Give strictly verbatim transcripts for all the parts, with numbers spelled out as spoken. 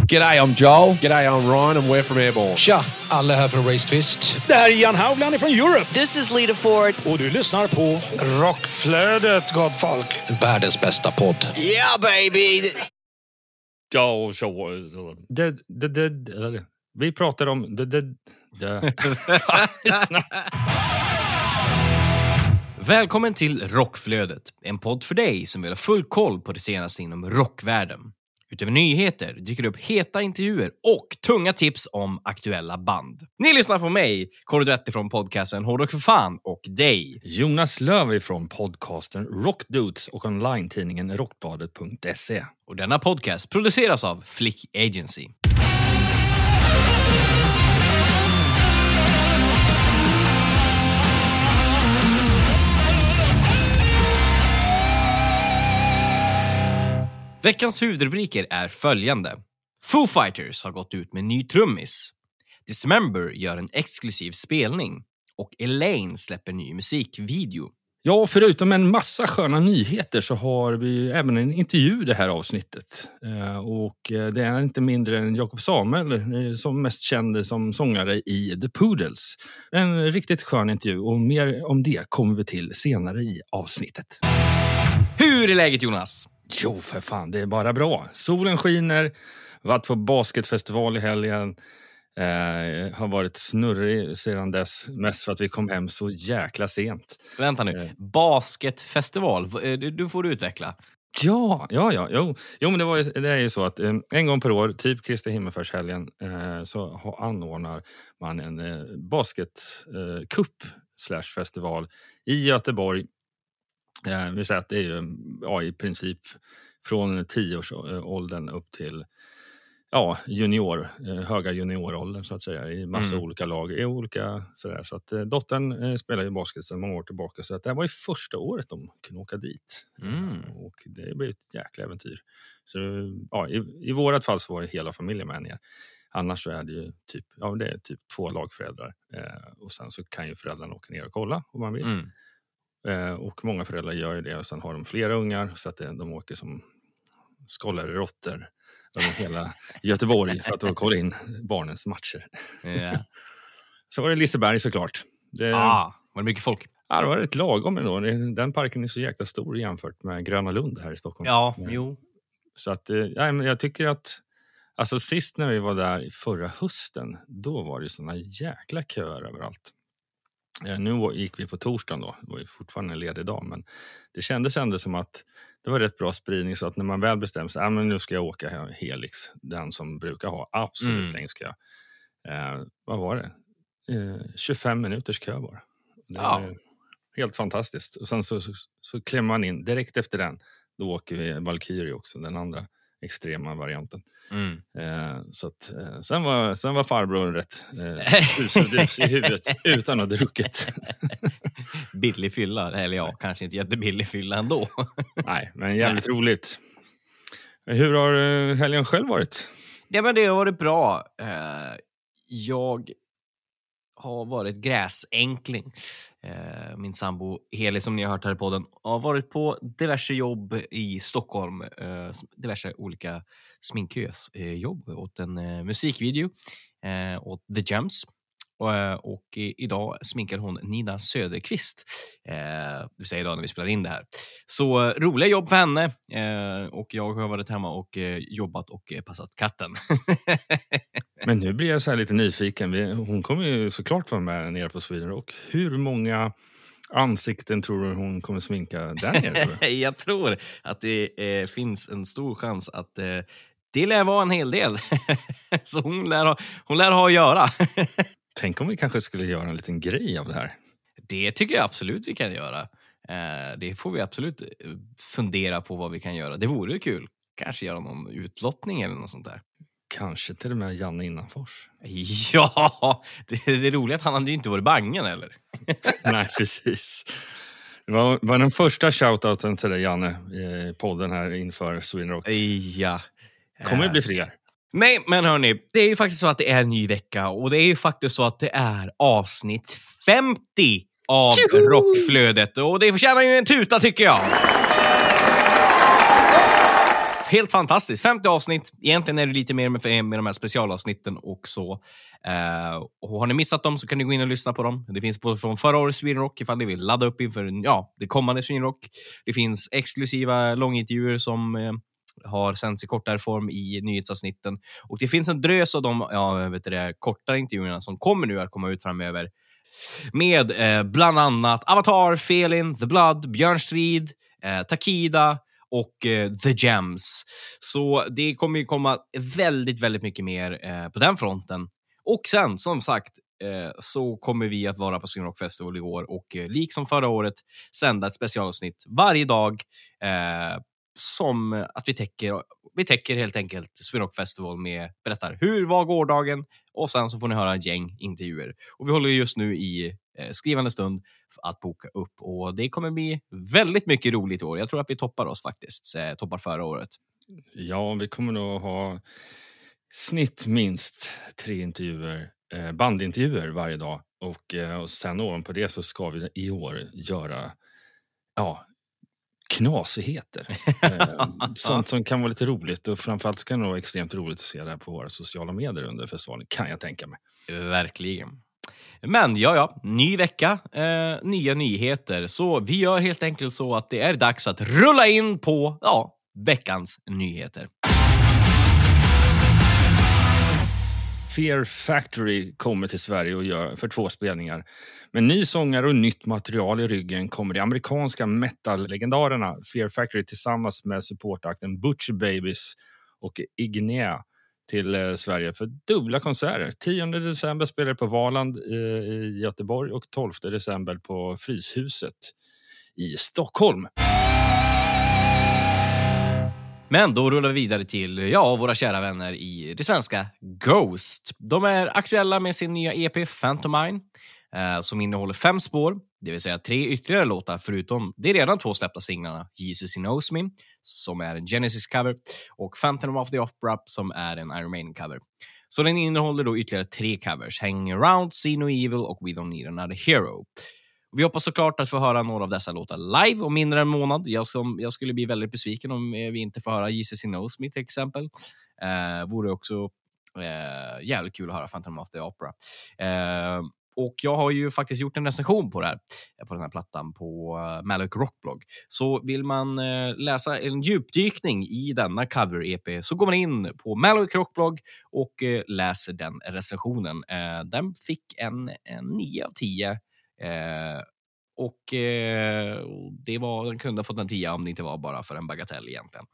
G'day, I'm Joel. G'day, I'm Ryan and we're from Airborne. Tja, alla här från Race Twist. Det här är Jan Haugland från Europe. This is Lita Ford. Och du lyssnar på Rockflödet, gott folk. Världens bästa podd. Yeah, baby! Ja, så... Det, det, det, det, vi pratar om... Det, det, det. Välkommen till Rockflödet, en podd för dig som vill ha full koll på det senaste inom rockvärlden. Utöver nyheter dyker det upp heta intervjuer och tunga tips om aktuella band. Ni lyssnar på mig, Korridrätti från podcasten Hårdrock för fan, och dig, Jonas Löv från podcasten Rockdudes och online-tidningen rockbadet punkt se. Och denna podcast produceras av Flick Agency. Veckans huvudrubriker är följande. Foo Fighters har gått ut med ny trummis. Dismember gör en exklusiv spelning. Och Elaine släpper ny musikvideo. Ja, förutom en massa sköna nyheter så har vi även en intervju i det här avsnittet. Och det är inte mindre än Jakob Samuel som mest känd som sångare i The Poodles. En riktigt skön intervju och mer om det kommer vi till senare i avsnittet. Hur är läget, Jonas? Jo, för fan, det är bara bra. Solen skiner, varit på basketfestival i helgen, eh, har varit snurrig sedan dess, mest för att vi kom hem så jäkla sent. Vänta nu, eh. basketfestival, du får utveckla. Ja, ja, ja, jo. Jo, men det, var ju, det är ju så att eh, en gång per år, typ Kristi Himmelsfärdshelgen, eh, så anordnar man en eh, basketcup eh, slash festival i Göteborg. Eh, vi säger att det är ju ja, i princip från tioårsåldern upp till ja, junior, eh, höga junioråldern så att säga, i massa mm. olika lag, i olika sådär. Så att eh, dottern eh, spelar ju basket sedan många år tillbaka, så att det här var ju första året de kunde åka dit. Mm. Och det blev ett jäkla äventyr. Så ja, i, i vårat fall så var ju hela familjen med ner. Annars så är det ju typ, ja, det är typ två lagföräldrar. Eh, och sen så kan ju föräldrarna åka ner och kolla om man vill. Mm. Och många föräldrar gör ju det, och sen har de flera ungar så att de åker som skållare råttor över hela Göteborg för att kolla in barnens matcher. Yeah. Så var det Liseberg såklart. Det, ah, var det mycket folk? Ja, det var ett lagom ändå. Den parken är så jäkla stor jämfört med Gröna Lund här i Stockholm. Ja, jo. Så att, ja, men jag tycker att alltså sist när vi var där förra hösten, då var det såna jäkla köer överallt. Nu gick vi på torsdagen då, det var ju fortfarande en ledig dag, men det kändes ändå som att det var rätt bra spridning, så att när man väl bestämde sig, ah, men nu ska jag åka Helix, den som brukar ha absolut mm. längst kö. Eh, vad var det? Eh, tjugofem minuters kö bara. Det ja. är helt fantastiskt. Och sen så, så, så klämmer man in, direkt efter den, då åker vi Valkyrie också, den andra extrema varianten. Mm. Eh, så att, eh, sen, var, sen var farbror rätt eh, sus och dus i huvudet utan att ha druckit. Billig fylla, eller ja, kanske inte jättebillig fylla ändå. Nej, men jävligt Nej. roligt. Hur har eh, helgen själv varit? Ja, men det har varit bra. Eh, jag har varit gräsänkling. Eh, min sambo Heli, som ni har hört här i podden, har varit på diverse jobb i Stockholm. Eh, diverse olika sminkösjobb eh, åt en eh, musikvideo eh, åt The Gems. Och, eh, och i, idag sminkar hon Nina Söderqvist. Eh, det vill säga idag när vi spelar in det här. Så eh, roliga jobb för henne. Eh, och jag har varit hemma och eh, jobbat och eh, passat katten. Men nu blir jag så här lite nyfiken. Vi, hon kommer ju såklart vara med nere på Sweden Rock. Hur många ansikten tror du hon kommer sminka där nere? Jag tror att det eh, finns en stor chans att eh, det lär vara en hel del. Så hon lär, ha, hon lär ha att göra. Tänk om vi kanske skulle göra en liten grej av det här. Det tycker jag absolut vi kan göra. Eh, det får vi absolut fundera på vad vi kan göra. Det vore ju kul. Kanske göra någon utlottning eller något sånt där. Kanske till och med Janne Innanfors. Ja, det, det är roligt att han hade ju inte varit bangen, eller? Nej, precis. Det var, var den första shoutouten till dig, Janne, i podden här inför Sweden Rock. Ja. Kommer det bli fler? Nej, men hörni, det är ju faktiskt så att det är en ny vecka. Och det är ju faktiskt så att det är avsnitt femtio av Juhu! Rockflödet. Och det förtjänar ju en tuta, tycker jag. helt fantastiskt. femtio avsnitt. Egentligen är det lite mer med, med de här specialavsnitten och så. Uh, och har ni missat dem så kan ni gå in och lyssna på dem. Det finns både från förra årets Sweden Rock ifall ni vill ladda upp inför ja, det kommande Sweden Rock. Det finns exklusiva långintervjuer som uh, har sänds i kortare form i nyhetsavsnitten. Och det finns en drös av de ja, vet det, kortare intervjuerna som kommer nu att komma ut framöver. Med eh, bland annat Avatar, Felin, The Blood, Björnstrid, eh, Takida och eh, The Gems. Så det kommer ju komma väldigt, väldigt mycket mer eh, på den fronten. Och sen, som sagt, eh, så kommer vi att vara på Sweden Rock Festival i år och eh, liksom förra året sända ett specialavsnitt varje dag eh, som att vi täcker, vi täcker helt enkelt Sweden Rock Festival med berättar hur var gårdagen och sen så får ni höra en gäng intervjuer. Och vi håller just nu i eh, skrivande stund att boka upp och det kommer bli väldigt mycket roligt i år. Jag tror att vi toppar oss faktiskt, eh, toppar förra året. Ja, vi kommer nog ha snitt minst tre intervjuer, eh, bandintervjuer varje dag och, eh, och sen ovanpå det så ska vi i år göra ja, knasigheter. eh, sånt som kan vara lite roligt och framförallt ska det vara extremt roligt att se det här på våra sociala medier under festivalen, kan jag tänka mig. Verkligen. Men ja, ja, ny vecka, eh, nya nyheter. Så vi gör helt enkelt så att det är dags att rulla in på ja, veckans nyheter. Fear Factory kommer till Sverige och gör för två spelningar. Med ny sångare och nytt material i ryggen kommer de amerikanska metal-legendarerna Fear Factory tillsammans med supportakten Butcher Babies och Ignea till eh, Sverige för dubbla konserter. tionde december spelar det på Valand eh, i Göteborg och tolfte december på Fryshuset i Stockholm. Men då rullar vi vidare till ja, våra kära vänner i det svenska Ghost. De är aktuella med sin nya E P Phantomine eh, som innehåller fem spår, det vill säga tre ytterligare låtar förutom det är redan två släppta singlarna Jesus He Knows Me som är en Genesis-cover och Phantom of the Opera som är en Iron Maiden-cover. Så den innehåller då ytterligare tre covers, Hanging Around, See No Evil och We Don't Need Another Hero. Vi hoppas såklart att få höra några av dessa låtar live om mindre än en månad. Jag, som, jag skulle bli väldigt besviken om vi inte får höra Jesus He Knows Me till exempel. Eh, vore också eh, jävligt kul att höra Phantom of the Opera. Eh, och jag har ju faktiskt gjort en recension på det här, på den här plattan på uh, Malloc Rockblog. Så vill man uh, läsa en djupdykning i denna cover-E P så går man in på Malloc Rockblog och uh, läser den recensionen. Uh, den fick en, en nio av tio. Uh, och uh, det var, den kunde ha fått en tio om det inte var bara för en bagatell egentligen.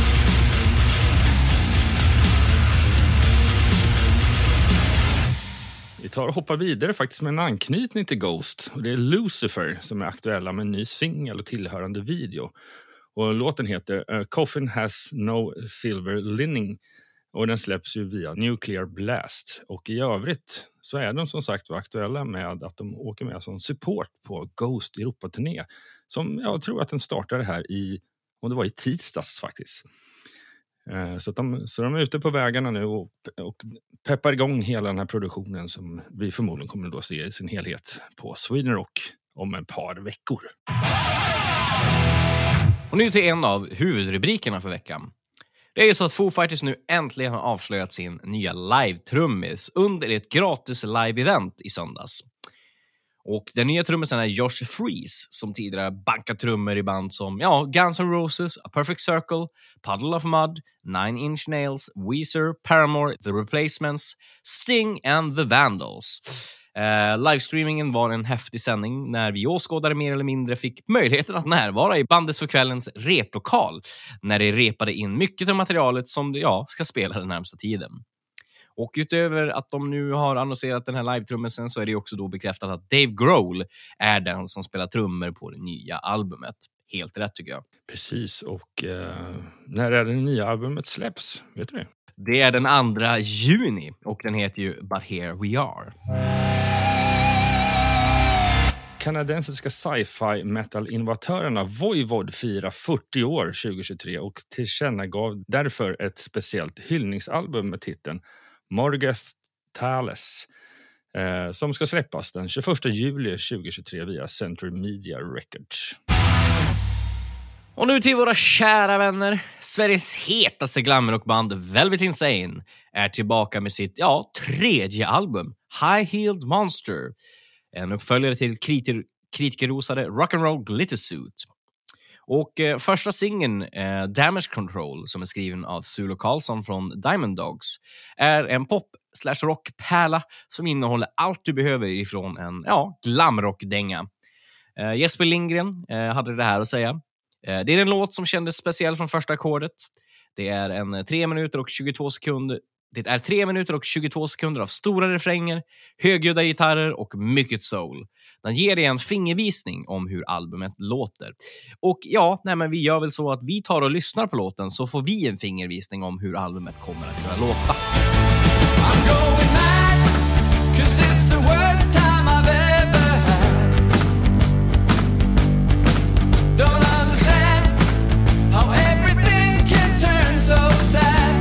Vi tar och hoppar vidare faktiskt med en anknytning till Ghost. Och det är Lucifer som är aktuella med en ny singel och tillhörande video. Och låten heter uh, Coffin Has No Silver Lining. Och den släpps ju via Nuclear Blast. Och i övrigt så är de som sagt aktuella med att de åker med som support på Ghost Europa-turné. Som jag tror att den startade här i, och det var i tisdags faktiskt. Så, att de, så de är ute på vägarna nu och, och peppar igång hela den här produktionen som vi förmodligen kommer att då se i sin helhet på Sweden Rock om en par veckor. Och nu till en av huvudrubrikerna för veckan. Det är ju så att Foo Fighters nu äntligen har avslöjat sin nya live-trummis under ett gratis live-event i söndags. Och den nya trummisen är Josh Freese som tidigare bankat trummor i band som ja, Guns N' Roses, A Perfect Circle, Puddle of Mud, Nine Inch Nails, Weezer, Paramore, The Replacements, Sting and The Vandals. Eh, livestreamingen var en häftig sändning när vi åskådare mer eller mindre fick möjligheten att närvara i bandets för kvällens replokal när de repade in mycket av materialet som de ja, ska spela den närmsta tiden. Och utöver att de nu har annonserat den här live-trummisen så är det också då bekräftat att Dave Grohl är den som spelar trummor på det nya albumet. Helt rätt tycker jag. Precis, och eh, när är det nya albumet släpps? Vet du det? Det är den andra juni och den heter ju But Here We Are. Kanadensiska sci-fi metal-innovatörerna Voivod firar fyrtio år tjugohundratjugotre och tillkännagav därför ett speciellt hyllningsalbum med titeln Morgeth Thales eh, som ska släppas den tjugoförsta juli tjugohundratjugotre via Century Media Records. Och nu till våra kära vänner. Sveriges hetaste glamrockband Velvet Insane är tillbaka med sitt, ja, tredje album, High Heeled Monster. En uppföljare till kritiker, kritikerrosade Rock'n'Roll Glitter Suit. Och eh, första singeln, eh, Damage Control, som är skriven av Sulo Karlsson från Diamond Dogs, är en pop slash rockpärla som innehåller allt du behöver ifrån en, ja, glamrockdänga. Eh, Jesper Lindgren eh, hade det här att säga. Eh, det är en låt som kändes speciell från första ackordet. Det är en tre minuter och tjugotvå sekunder. Det är tre minuter och tjugotvå sekunder av stora refränger, högljudda gitarrer och mycket soul. Den ger dig en fingervisning om hur albumet låter. Och ja, nej men vi gör väl så att vi tar och lyssnar på låten, så får vi en fingervisning om hur albumet kommer att kunna låta. I'm going mad, 'cause it's the worst time I've ever had. Don't understand how everything can turn so sad.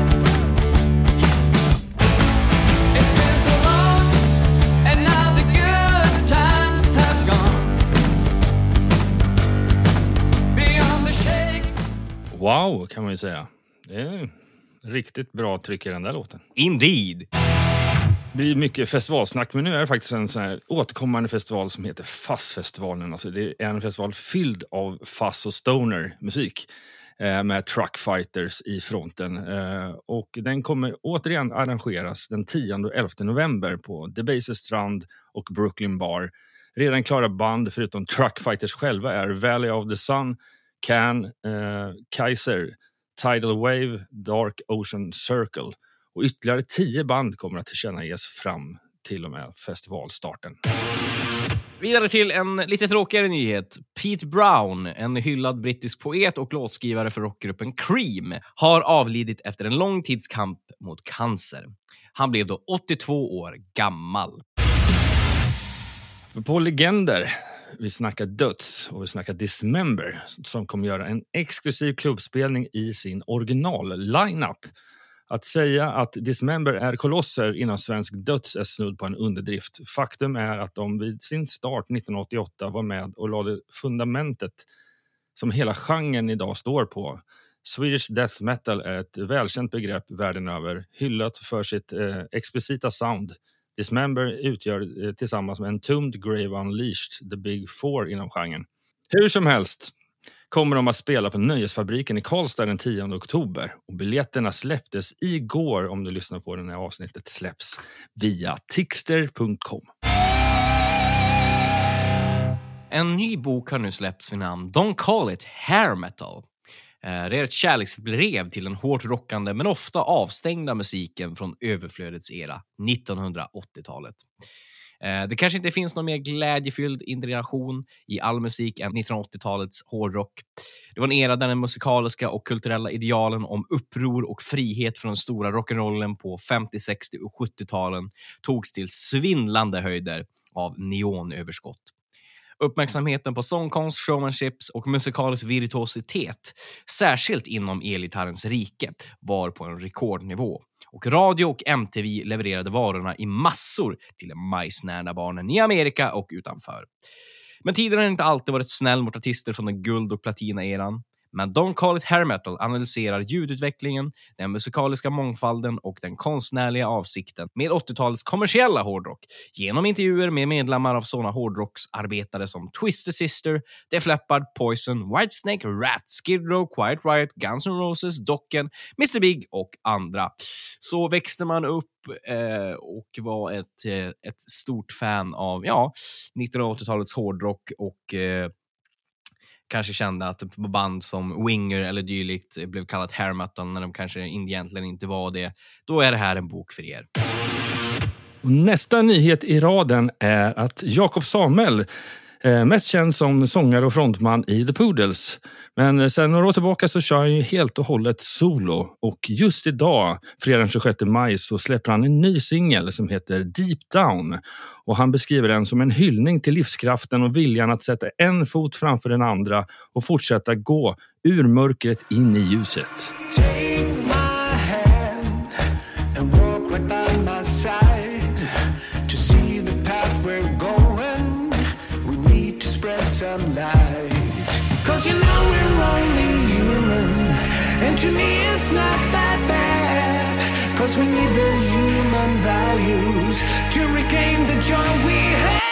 It's been so long, and now the good times have gone. Beyond the shakes. Wow, kan man ju säga. Det är riktigt bra tryck i den där låten. Indeed. Det blir mycket festivalsnack, men nu är det faktiskt en sån här återkommande festival som heter Fassfestivalen. Alltså det är en festival fylld av fuzz och stoner musik eh, med truckfighters i fronten. Eh, och den kommer återigen arrangeras den tionde och elfte november på Debaser Strand och Brooklyn Bar. Redan klara band förutom truckfighters själva är Valley of the Sun, Can, eh, Kaiser, Tidal Wave, Dark Ocean Circle. Och ytterligare tio band kommer att tillkännages fram till och med festivalstarten. Vidare till en lite tråkigare nyhet. Pete Brown, en hyllad brittisk poet och låtskrivare för rockgruppen Cream, har avlidit efter en lång tids kamp mot cancer. Han blev då åttiotvå år gammal. För på Legender, vi snackar döds och vi snackar Dismember, som kommer göra en exklusiv klubbspelning i sin original-lineup. Att säga att Dismember är kolosser inom svensk döds är snudd på en underdrift. Faktum är att de vid sin start nittonhundraåttioåtta var med och lade fundamentet som hela genren idag står på. Swedish death metal är ett välkänt begrepp världen över, hyllat för sitt eh, explicita sound. Dismember utgör eh, tillsammans med Entombed Grave Unleashed the Big Four inom genren. Hur som helst kommer de att spela på Nöjesfabriken i Karlstad den tionde oktober. Och biljetterna släpptes igår, om du lyssnar på den här avsnittet släpps, via tixter punkt com. En ny bok har nu släppts vid namn Don't Call It Hair Metal. Det är ett kärleksbrev till den hårt rockande men ofta avstängda musiken från överflödets era, nittonhundraåttiotalet. Det kanske inte finns någon mer glädjefylld integration i all musik än nittonhundraåttiotalets hårdrock. Det var en era där den musikaliska och kulturella idealen om uppror och frihet från den stora rock'n'rollen på femtio-, sextio- och sjuttio-talen togs till svindlande höjder av neonöverskott. Uppmärksamheten på sångkonst, showmanships och musikalisk virtuositet, särskilt inom elgitarrens rike, var på en rekordnivå. Och radio och M T V levererade varorna i massor till majsnärda barnen i Amerika och utanför. Men tiden har inte alltid varit snäll mot artister från den guld- och platina-eran. Men Don't Call It Hair Metal analyserar ljudutvecklingen, den musikaliska mångfalden och den konstnärliga avsikten med åttiotalets kommersiella hårdrock genom intervjuer med medlemmar av sådana hårdrocksarbetare som Twisted Sister, Def Leppard, Poison, Whitesnake, Rat, Skid Row, Quiet Riot, Guns N' Roses, Dokken, mister Big och andra. Så växte man upp eh, och var ett, eh, ett stort fan av ja, nittonhundraåttiotalets hårdrock och eh, kanske kände att band som Winger eller dylikt blev kallat hair metal när de kanske egentligen inte var det. Då är det här en bok för er. Och nästa nyhet i raden är att Jakob Samel, eh, mest känd som sångare och frontman i The Poodles. Men sen några år tillbaka så kör han ju helt och hållet solo. Och just idag, fredag den tjugosjätte maj, så släpper han en ny singel som heter Deep Down. Och han beskriver den som en hyllning till livskraften och viljan att sätta en fot framför den andra och fortsätta gå ur mörkret in i ljuset. Take my hand and walk right by my side to see the path we're going. We need to spread some light, 'cause you know we're only it's not that bad, 'cause we need the human values to regain the joy we have.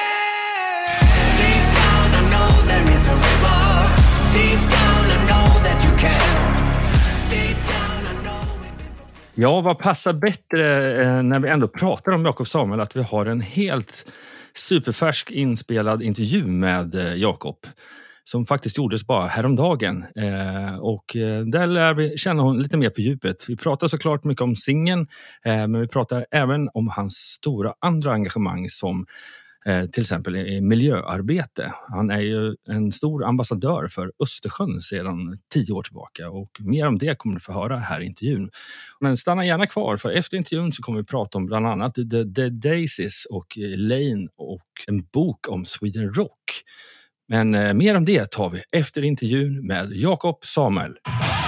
Deep down I know there is a river. Deep down I know that you care. Deep down I know we've been... Ja, vad passar bättre eh, när vi ändå pratar om Jakob Samuel att vi har en helt superfärsk inspelad intervju med eh, Jakob som faktiskt gjordes bara häromdagen. Eh, och eh, där lär vi känna hon lite mer på djupet. Vi pratar såklart mycket om singeln, eh, men vi pratar även om hans stora andra engagemang som eh, till exempel i miljöarbete. Han är ju en stor ambassadör för Östersjön sedan tio år tillbaka och mer om det kommer du få höra här i intervjun. Men stanna gärna kvar för efter intervjun så kommer vi prata om bland annat The, The Daisies och Lane och en bok om Sweden Rock. Men eh, mer om det tar vi efter intervjun med Jakob Samuel.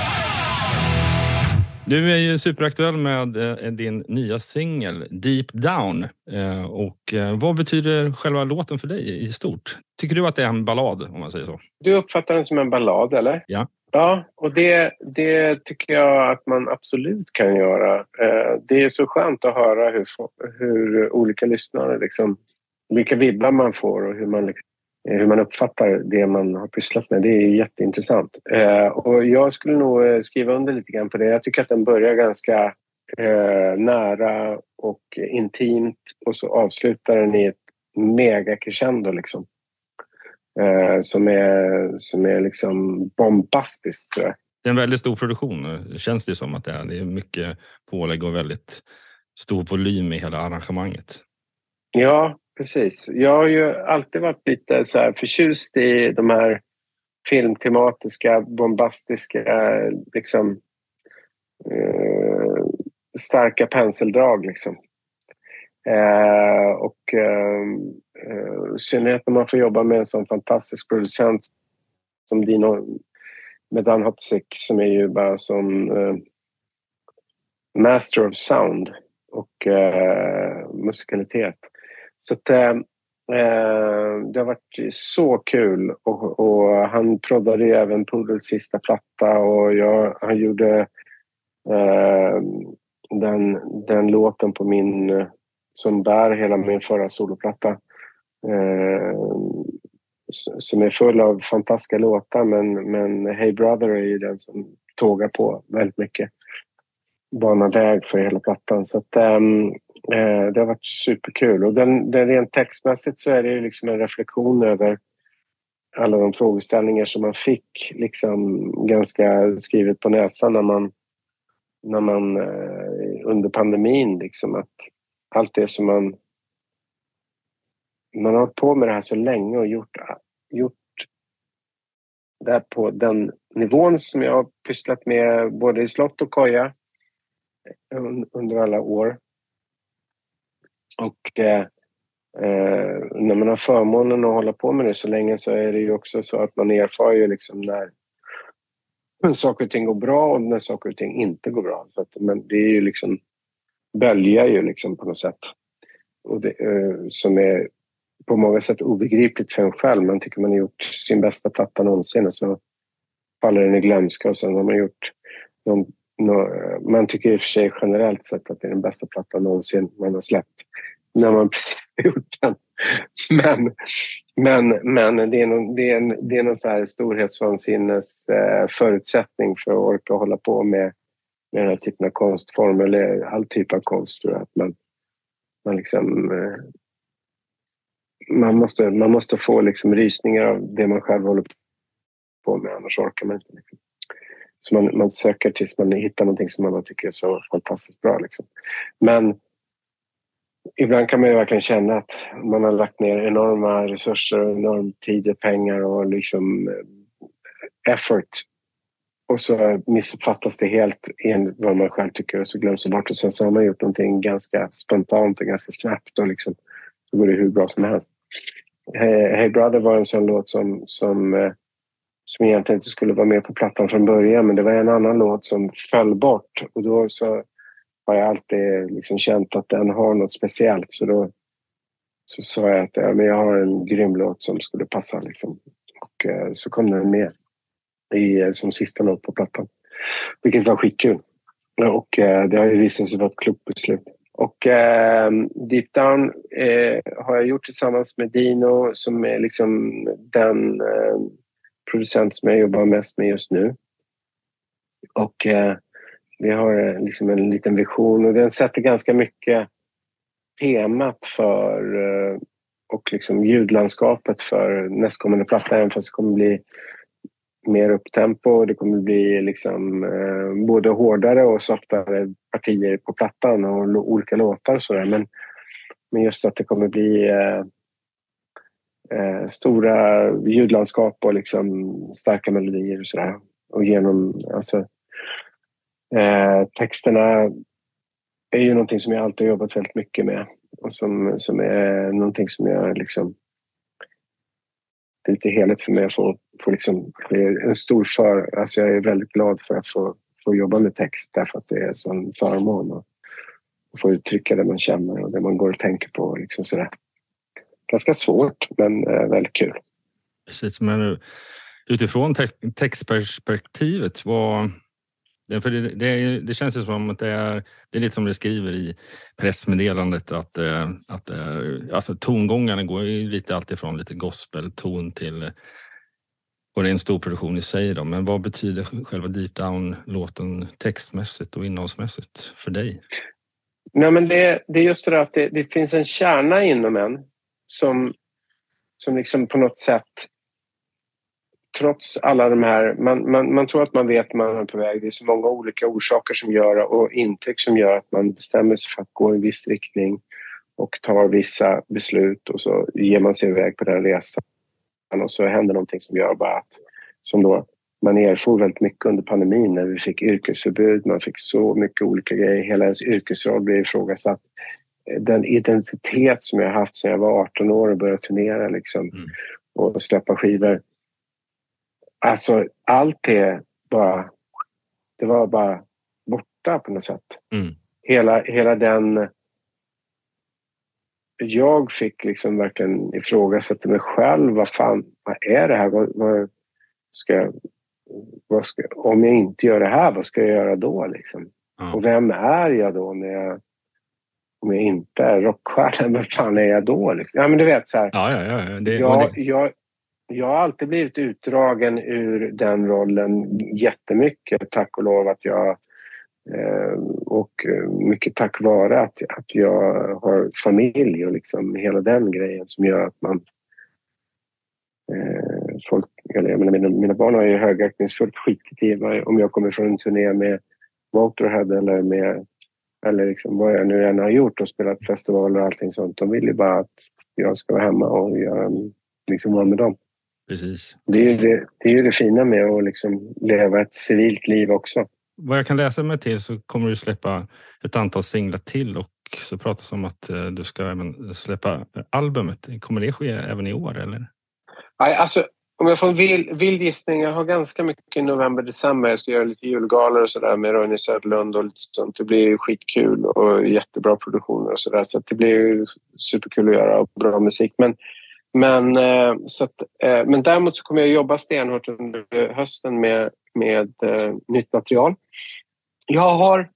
Du är ju superaktuell med eh, din nya singel Deep Down. Eh, och eh, vad betyder själva låten för dig i stort? Tycker du att det är en ballad om man säger så? Du uppfattar den som en ballad, eller? Ja. Ja, och det, det tycker jag att man absolut kan göra. Eh, det är så skönt att höra hur, hur olika lyssnare, liksom, vilka vibbar man får och hur man liksom, hur man uppfattar det man har pysslat med. Det är jätteintressant. Eh, och jag skulle nog skriva under lite grann på det. Jag tycker att den börjar ganska eh, nära och intimt och så avslutar den i ett mega crescendo liksom. Eh, som är, som är liksom bombastiskt, tror jag. Det är en väldigt stor produktion. Känns det som att det är. Det är mycket pålägg och väldigt stor volym i hela arrangemanget. Ja, precis. Jag har ju alltid varit lite så här förtjust i de här filmtematiska, bombastiska, liksom eh, starka penseldrag liksom. Eh, och eh, eh, synnerhet när man får jobba med en sån fantastisk producent som Dino med Dan Hotzik som är ju bara som eh, master of sound och eh, musikalitet. Så att, eh, det har varit så kul och, och han proddade ju även Pudels sista platta och jag, han gjorde eh, den, den låten på min som bär hela min förra soloplatta eh, som är full av fantastiska låtar men, men Hey Brother är ju den som tågar på väldigt mycket, banar väg för hela plattan så att eh, det har varit superkul och den, den rent textmässigt så är det ju liksom en reflektion över alla de frågeställningar som man fick liksom ganska skrivet på näsan när man när man eh, under pandemin liksom att allt det som man man har hållit på med det här så länge och gjort gjort där på den nivån som jag har pysslat med både i slott och koja under alla år. Och eh, eh, när man har förmånen att hålla på med det så länge så är det ju också så att man erfar ju liksom när, när saker och ting går bra och när saker och ting inte går bra. Så att, men det är ju liksom böljar ju liksom på något sätt. Och det, eh, som är på många sätt obegripligt för en själv. Man tycker man har gjort sin bästa platta någonsin och så faller den i glömska och sen har man gjort någon No, man tycker i och för sig generellt sett att det är den bästa plattan någonsin man har släppt när man precis har gjort den. Men, men, men det är någon, det är en, det är någon så här storhetsvansinnes eh, förutsättning för att orka hålla på med, med den här typen av konstform eller all typ av konst, tror jag. Att man, man liksom eh, man måste, man måste få liksom rysningar av det man själv håller på med, annars orkar man inte liksom. Så man, man söker tills man hittar någonting som man tycker är så fantastiskt bra. Liksom. Men ibland kan man ju verkligen känna att man har lagt ner enorma resurser, enorm tid och pengar och liksom effort. Och så missuppfattas det helt enligt vad man själv tycker och så glöms det bort. Och sen så har man gjort någonting ganska spontant och ganska snabbt och liksom, så går det hur bra som helst. Hey, hey Brother var en sån låt som... som som egentligen inte skulle vara med på plattan från början, men det var en annan låt som föll bort och då så har jag alltid liksom känt att den har något speciellt, så då så sa jag att ja, men jag har en grym låt som skulle passa liksom. Och uh, så kom den med i, som sista låt på plattan. Vilket var skitkul. Och eh, det har ju visat sig vara ett klokt beslut. Och eh, Deep Down eh, har jag gjort tillsammans med Dino som är liksom den eh, producent som jag jobbar mest med just nu. Och eh, vi har eh, liksom en liten vision och den sätter ganska mycket temat för eh, och liksom ljudlandskapet för nästkommande platta, även fast det kommer bli mer upptempo. Det kommer bli liksom eh, både hårdare och softare partier på plattan och l- olika låtar och sådär. Men, men just att det kommer bli eh, eh, stora ljudlandskap och liksom starka melodier och sådär. Och genom, alltså eh, texterna är ju någonting som jag alltid har jobbat väldigt mycket med. Och som, som är någonting som jag liksom det är lite heligt för mig att få, få liksom, det är en stor för, alltså jag är väldigt glad för att få, få jobba med text därför att det är en sån förmån och, och få uttrycka det man känner och det man går och tänker på liksom sådär. Ganska svårt men äh, väldigt kul. Precis, men utifrån te- textperspektivet vad för det, det, är, det känns ju som att det är, det är lite som det skriver i pressmeddelandet att, att det är, alltså tongångarna går ju lite alltifrån lite gospelton till, och det är en stor produktion i sig då, men vad betyder själva Deep Down-låten textmässigt och innehållsmässigt för dig? Nej, men det, det är just det där att det, det finns en kärna inom en som, som liksom på något sätt trots alla de här, man, man, man tror att man vet man är på väg. Det är så många olika orsaker som gör och intryck som gör att man bestämmer sig för att gå i viss riktning och tar vissa beslut och så ger man sig iväg på den resan och så händer någonting som gör bara att som då man erfor väldigt mycket under pandemin när vi fick yrkesförbud, man fick så mycket olika grejer, hela ens yrkesroll blev ifrågasatt. Den identitet som jag haft sedan jag var arton år och började turnera liksom mm. och släppa skivor. Alltså allt det bara det var bara borta på något sätt. Mm. Hela, hela den jag fick liksom verkligen ifrågasätta mig själv. Vad fan, vad är det här? Vad, vad ska, vad ska, om jag inte gör det här, vad ska jag göra då liksom? Mm. Och vem är jag då när jag om jag inte är rockstjärna? Vem fan är jag då liksom? Ja men du vet så här. Ja, ja, ja. Det, jag, det... jag Jag har alltid blivit utdragen ur den rollen jättemycket, tack och lov att jag eh, och mycket tack vare att, att jag har familj och liksom hela den grejen som gör att man eh, folk, eller jag menar, mina, mina barn har ju högaktningsfullt skitit i mig om jag kommer från en turné med Motorhead eller med eller liksom vad jag nu än har gjort och spelat festivaler och allting sånt. De vill ju bara att jag ska vara hemma och göra, liksom vara med dem. Precis. Det är ju det, det, är ju det fina med att liksom leva ett civilt liv också. Vad jag kan läsa mig till så kommer du släppa ett antal singlar till och så pratas om att du ska även släppa albumet. Kommer det ske även i år eller? Nej, alltså om jag får en vild, vild gissning, jag har ganska mycket i november, december. Jag ska göra lite julgalor och sådär med Roine Söderlund och lite sånt. Det blir ju skitkul och jättebra produktioner och sådär. Så det blir ju superkul att göra och bra musik. Men Men, så att, men däremot så kommer jag jobba stenhårt under hösten med, med uh, nytt material. Jag har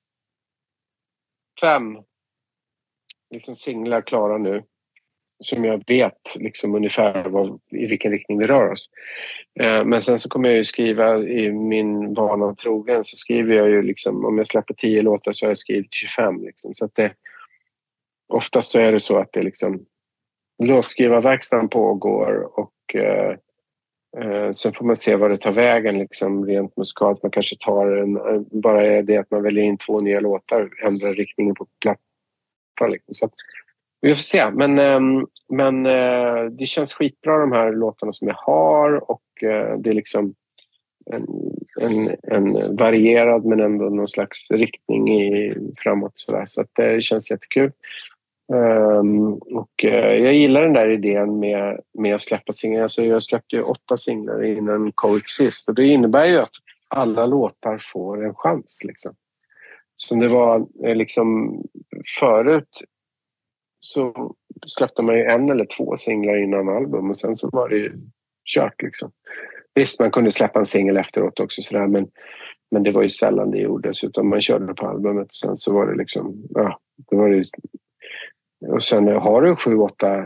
fem liksom, singlar klara nu som jag vet liksom, ungefär vad, i vilken riktning vi rör oss. Uh, men sen så kommer jag ju skriva i min vana trogen så skriver jag ju liksom, om jag släpper tio låtar så har jag skrivit tjugofem. Liksom, så att det, oftast så är det så att det liksom låtskrivarverkstan pågår och eh, eh, sen får man se vad det tar vägen liksom rent musikalt. Man kanske tar en, bara är det att man väljer in två nya låtar, ändrar riktningen på plattan liksom. Så att, vi får se, men, eh, men eh, det känns skitbra de här låtarna som jag har och eh, det är liksom en, en, en varierad men ändå någon slags riktning i, framåt sådär. Så att det känns jättekul. Um, och uh, jag gillar den där idén med, med att släppa singlar. Alltså jag släppte ju åtta singlar innan Coexist och det innebär ju att alla låtar får en chans liksom. Så det var eh, liksom förut så släppte man ju en eller två singlar innan album och sen så var det ju kört liksom. Visst, man kunde släppa en singel efteråt också sådär, men Men det var ju sällan det gjordes, utan man körde på albumet. Sen så var det liksom, ja, det var det. Och sen har du sju, åtta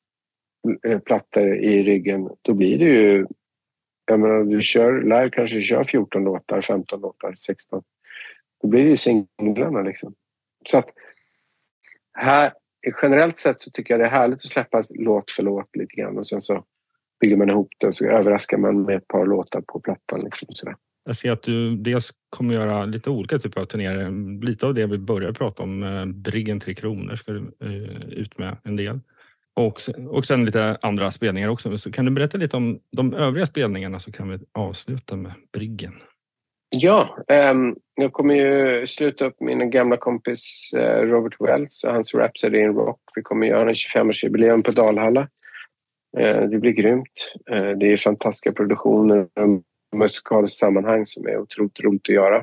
plattor i ryggen, då blir det ju, jag menar, du kör live, kanske du kör fjorton låtar, femton låtar, sexton. Då blir det ju singlarna liksom. Så att här, generellt sett så tycker jag det är härligt att släppa låt för låt lite grann, och sen så bygger man ihop det och så överraskar man med ett par låtar på plattan liksom, och sådär. Jag ser att du dels kommer göra lite olika typer av turnéer. Lite av det vi började prata om, eh, Briggen Tre Kronor ska du eh, ut med en del. Och, och sen lite andra spelningar också. Så kan du berätta lite om de övriga spelningarna, så kan vi avsluta med Briggen. Ja, um, jag kommer ju sluta upp min gamla kompis uh, Robert Wells och hans Rhapsody in Rock. Vi kommer göra en tjugofemårsjubileum på Dalhalla. Uh, det blir grymt. Uh, det är fantastiska produktioner och musikaliskt sammanhang som är otroligt roligt att göra.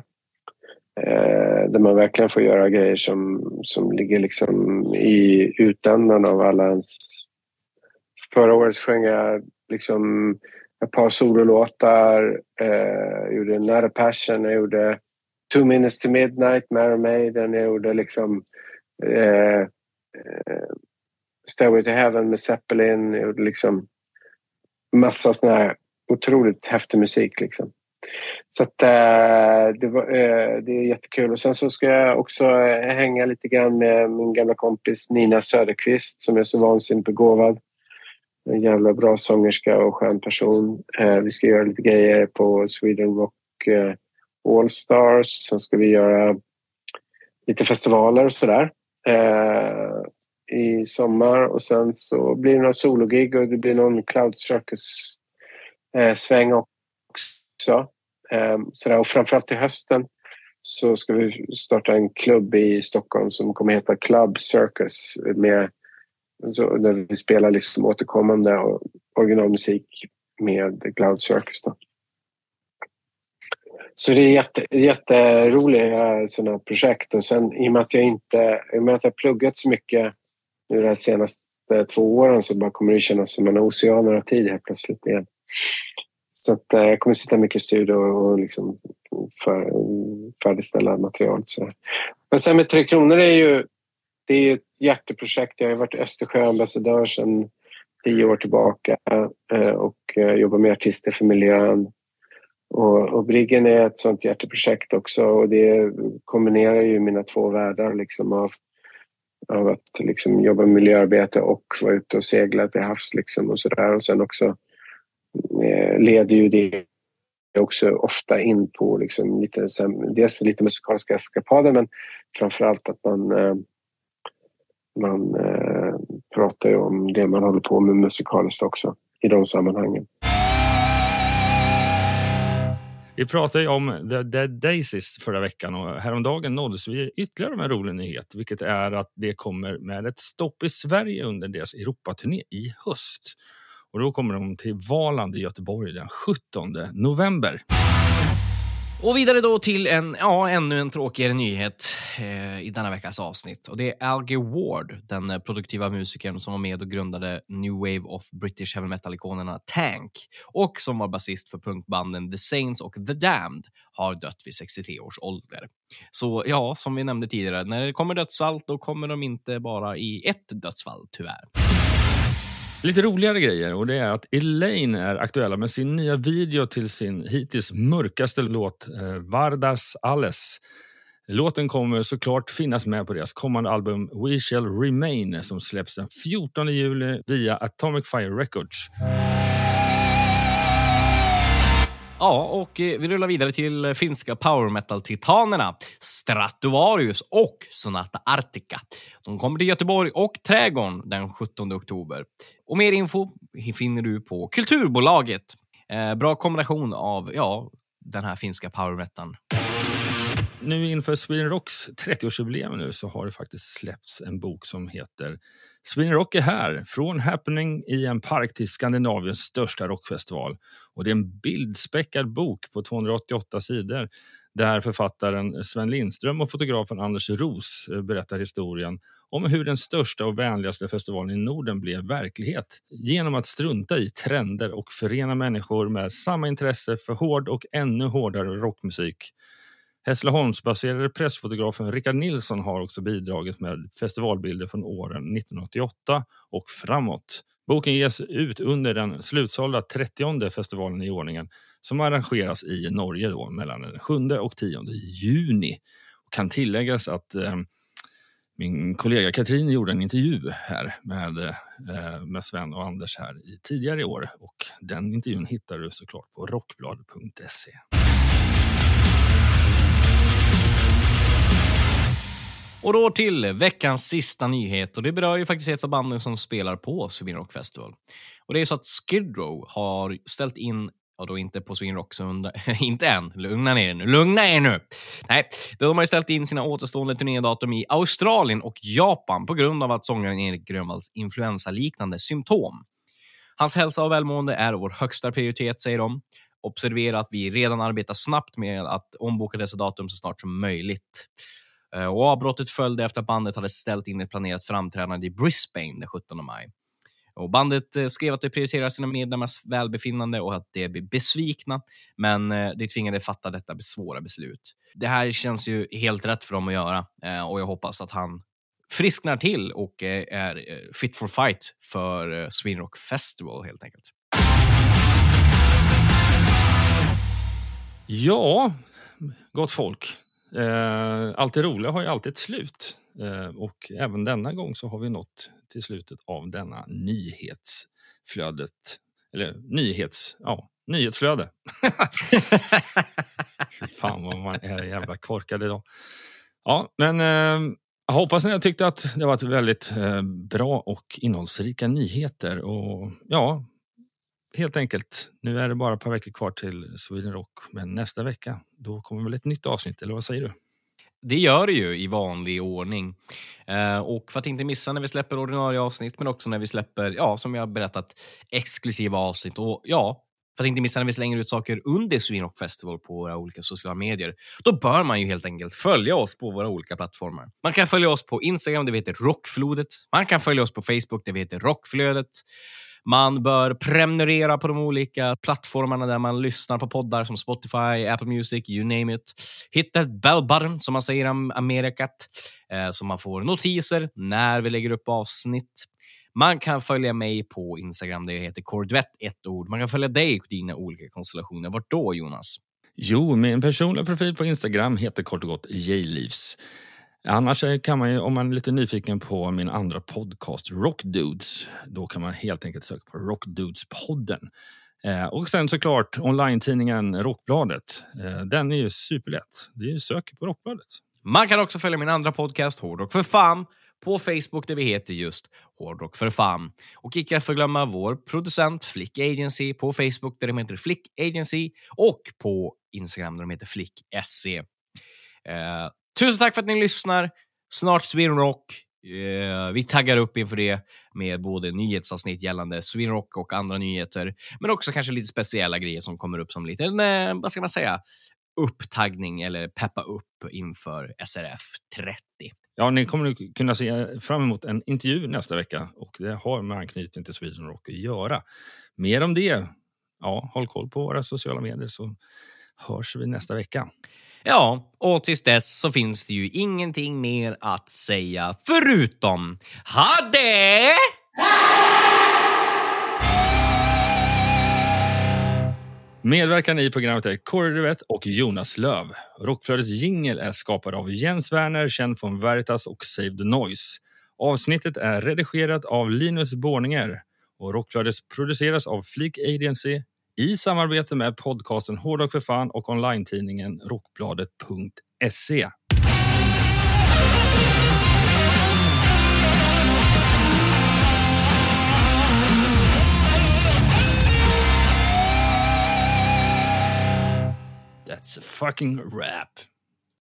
Uh, där man verkligen får göra grejer som, som ligger liksom i utändan av alla ens... Förra året sjöng jag liksom ett par sololåtar. Jag gjorde Not a Passion, jag gjorde Two Minutes to Midnight, Mary Maiden, jag gjorde liksom eh, Stairway to Heaven med Zeppelin, jag gjorde liksom massa sån här otroligt häftig musik liksom. Så att eh, det, var, eh, det är jättekul. Och sen så ska jag också hänga lite grann med min gamla kompis Nina Söderqvist, som är så vansinnigt begåvad. En jävla bra sångerska och skön person. Eh, vi ska göra lite grejer på Sweden Rock eh, All Stars. Sen ska vi göra lite festivaler och sådär eh, i sommar. Och sen så blir det några sologig och det blir någon Cloud Circus eh, sväng också. Eh, sådär. Och framförallt till hösten så ska vi starta en klubb i Stockholm som kommer heta Club Circus, med så där vi spelar liksom återkommande originalmusik med Cloud Circus då. Så det är jätte, jätteroliga sådana projekt. Och sen i och med att jag inte i och med att jag pluggat så mycket nu de senaste två åren, så bara kommer det kännas som en oceaner av tid helt plötsligt igen. Så att eh, jag kommer sitta mycket i studio och liksom för, färdigställa material. Så. Men sen med Tre Kronor är ju det är ett hjärteprojekt. Jag har varit Östersjöambassadör sedan tio år tillbaka eh, och eh, jobbar med artister för miljön. Och, och Briggen är ett sånt hjärteprojekt också, och det kombinerar ju mina två världar liksom av, av att liksom jobba med miljöarbete och vara ute och segla till havs liksom och sådär. Och sen också eh, leder ju det också ofta in på liksom lite, dels lite musikaliska eskapader, men framförallt att man eh, man eh, pratar ju om det man håller på med musikaliskt också i de sammanhangen. Vi pratade ju om The Dead Daisies förra veckan, och häromdagen nåddes vi ytterligare med en rolig nyhet, vilket är att det kommer med ett stopp i Sverige under deras Europaturné i höst. Och då kommer de till Valand i Göteborg den sjuttonde november. Och vidare då till en, ja, ännu en tråkigare nyhet eh, i denna veckas avsnitt. Och det är Alge Ward, den eh, produktiva musikern som var med och grundade New Wave of British Heavy Metal-ikonerna Tank. Och som var basist för punkbanden The Saints och The Damned, har dött vid sextiotre års ålder. Så ja, som vi nämnde tidigare, när det kommer dödsfall då kommer de inte bara i ett dödsfall, tyvärr. Lite roligare grejer, och det är att Elaine är aktuella med sin nya video till sin hittills mörkaste låt eh, Vardas Alles. Låten kommer såklart finnas med på deras kommande album We Shall Remain, som släpps den fjortonde juli via Atomic Fire Records. Ja, och vi rullar vidare till finska power metal-titanerna Stratovarius och Sonata Arctica. De kommer till Göteborg och Trädgården den sjuttonde oktober. Och mer info finner du på Kulturbolaget. Eh, bra kombination av, ja, den här finska power metaln. Nu inför Sweden Rocks trettioårsjubileum nu så har det faktiskt släppts en bok som heter Sweden Rock är här, från happening i en park till Skandinaviens största rockfestival. Och det är en bildspäckad bok på tvåhundraåttioåtta sidor där författaren Sven Lindström och fotografen Anders Ros berättar historien om hur den största och vänligaste festivalen i Norden blev verklighet genom att strunta i trender och förena människor med samma intresse för hård och ännu hårdare rockmusik. Hässleholmsbaserade pressfotografen Rickard Nilsson har också bidragit med festivalbilder från åren nittonhundraåttioåtta och framåt. Boken ges ut under den slutsålda trettionde festivalen i ordningen som arrangeras i Norge då, mellan den sjunde och tionde juni. Kan tilläggas att eh, min kollega Katrin gjorde en intervju här med, eh, med Sven och Anders här i tidigare år, och den intervjun hittar du såklart på rockblad punkt se. Och då till veckans sista nyhet, och det berör ju faktiskt ett av banden som spelar på Sweden Rock Festival. Och det är så att Skid Row har ställt in, och då inte på Sweden Rock, så under, inte än, lugna ner nu, lugna er nu. Nej, de har ställt in sina återstående turnédatum i Australien och Japan på grund av att sångaren Erik Grönvalls influensaliknande symptom. Hans hälsa och välmående är vår högsta prioritet, säger de. Observera att vi redan arbetar snabbt med att omboka dessa datum så snart som möjligt. Och avbrottet följde efter att bandet hade ställt in ett planerat framträdande i Brisbane den sjuttonde maj. Och bandet skrev att det prioriterar sina medlemmars välbefinnande och att de blir besvikna, men de tvingade fatta detta svåra beslut. Det här känns ju helt rätt för dem att göra, och jag hoppas att han frisknar till och är fit for fight för Sweden Rock Festival helt enkelt. Ja, gott folk. Eh, allt det roliga har ju alltid ett slut. Eh, och även denna gång så har vi nått till slutet av denna nyhetsflödet. Eller nyhets... Ja, nyhetsflöde. Fy fan vad man är jävla korkad idag. Ja, men eh, jag hoppas ni har tyckt att det var ett väldigt eh, bra och innehållsrika nyheter. Och ja, helt enkelt. Nu är det bara ett par veckor kvar till Sweden Rock. Men nästa vecka, då kommer väl ett nytt avsnitt, eller vad säger du? Det gör det ju i vanlig ordning. Eh, och för att inte missa när vi släpper ordinarie avsnitt, men också när vi släpper, ja, som jag har berättat, exklusiva avsnitt. Och ja, för att inte missa när vi slänger ut saker under Sweden Rock Festival på våra olika sociala medier, då bör man ju helt enkelt följa oss på våra olika plattformar. Man kan följa oss på Instagram, det heter Rockflodet. Man kan följa oss på Facebook, det heter Rockflödet. Man bör prenumerera på de olika plattformarna där man lyssnar på poddar som Spotify, Apple Music, you name it. Hitta ett bell button, som man säger i Amerikat, eh, så man får notiser när vi lägger upp avsnitt. Man kan följa mig på Instagram, det heter Kordvett, ett ord. Man kan följa dig och dina olika konstellationer. Vart då, Jonas? Jo, min personliga profil på Instagram heter kort och gott J-Livs. Annars kan man ju, om man är lite nyfiken på min andra podcast Rock Dudes, då kan man helt enkelt söka på Rock Dudes-podden. Eh, och sen såklart online-tidningen Rockbladet. Eh, den är ju superlätt. Det är ju sök på Rockbladet. Man kan också följa min andra podcast Hårdrock för fan på Facebook, där vi heter just Hårdrock för fan. Och icke förglömma vår producent Flick Agency på Facebook, där de heter Flick Agency, och på Instagram där de heter Flick S C. Eh, Tusen tack för att ni lyssnar. Snart Sweden Rock. Uh, vi taggar upp inför det med både nyhetsavsnitt gällande Sweden Rock och andra nyheter. Men också kanske lite speciella grejer som kommer upp som lite, uh, vad ska man säga, upptaggning eller peppa upp inför S R F trettio. Ja, ni kommer kunna se fram emot en intervju nästa vecka. Och det har med anknytning till Sweden Rock att göra. Mer om det. Ja, håll koll på våra sociala medier så hörs vi nästa vecka. Ja, och tills dess så finns det ju ingenting mer att säga förutom ha det! Medverkan i programmet är Kordvett och Jonas Löv. Rockflödets jingle är skapad av Jens Werner, känd från Veritas och Save the Noise. Avsnittet är redigerat av Linus Borninger och Rockflödets produceras av Flick Agency i samarbete med podcasten Hårdrock för fan och online-tidningen rockbladet punkt se. That's a fucking rap.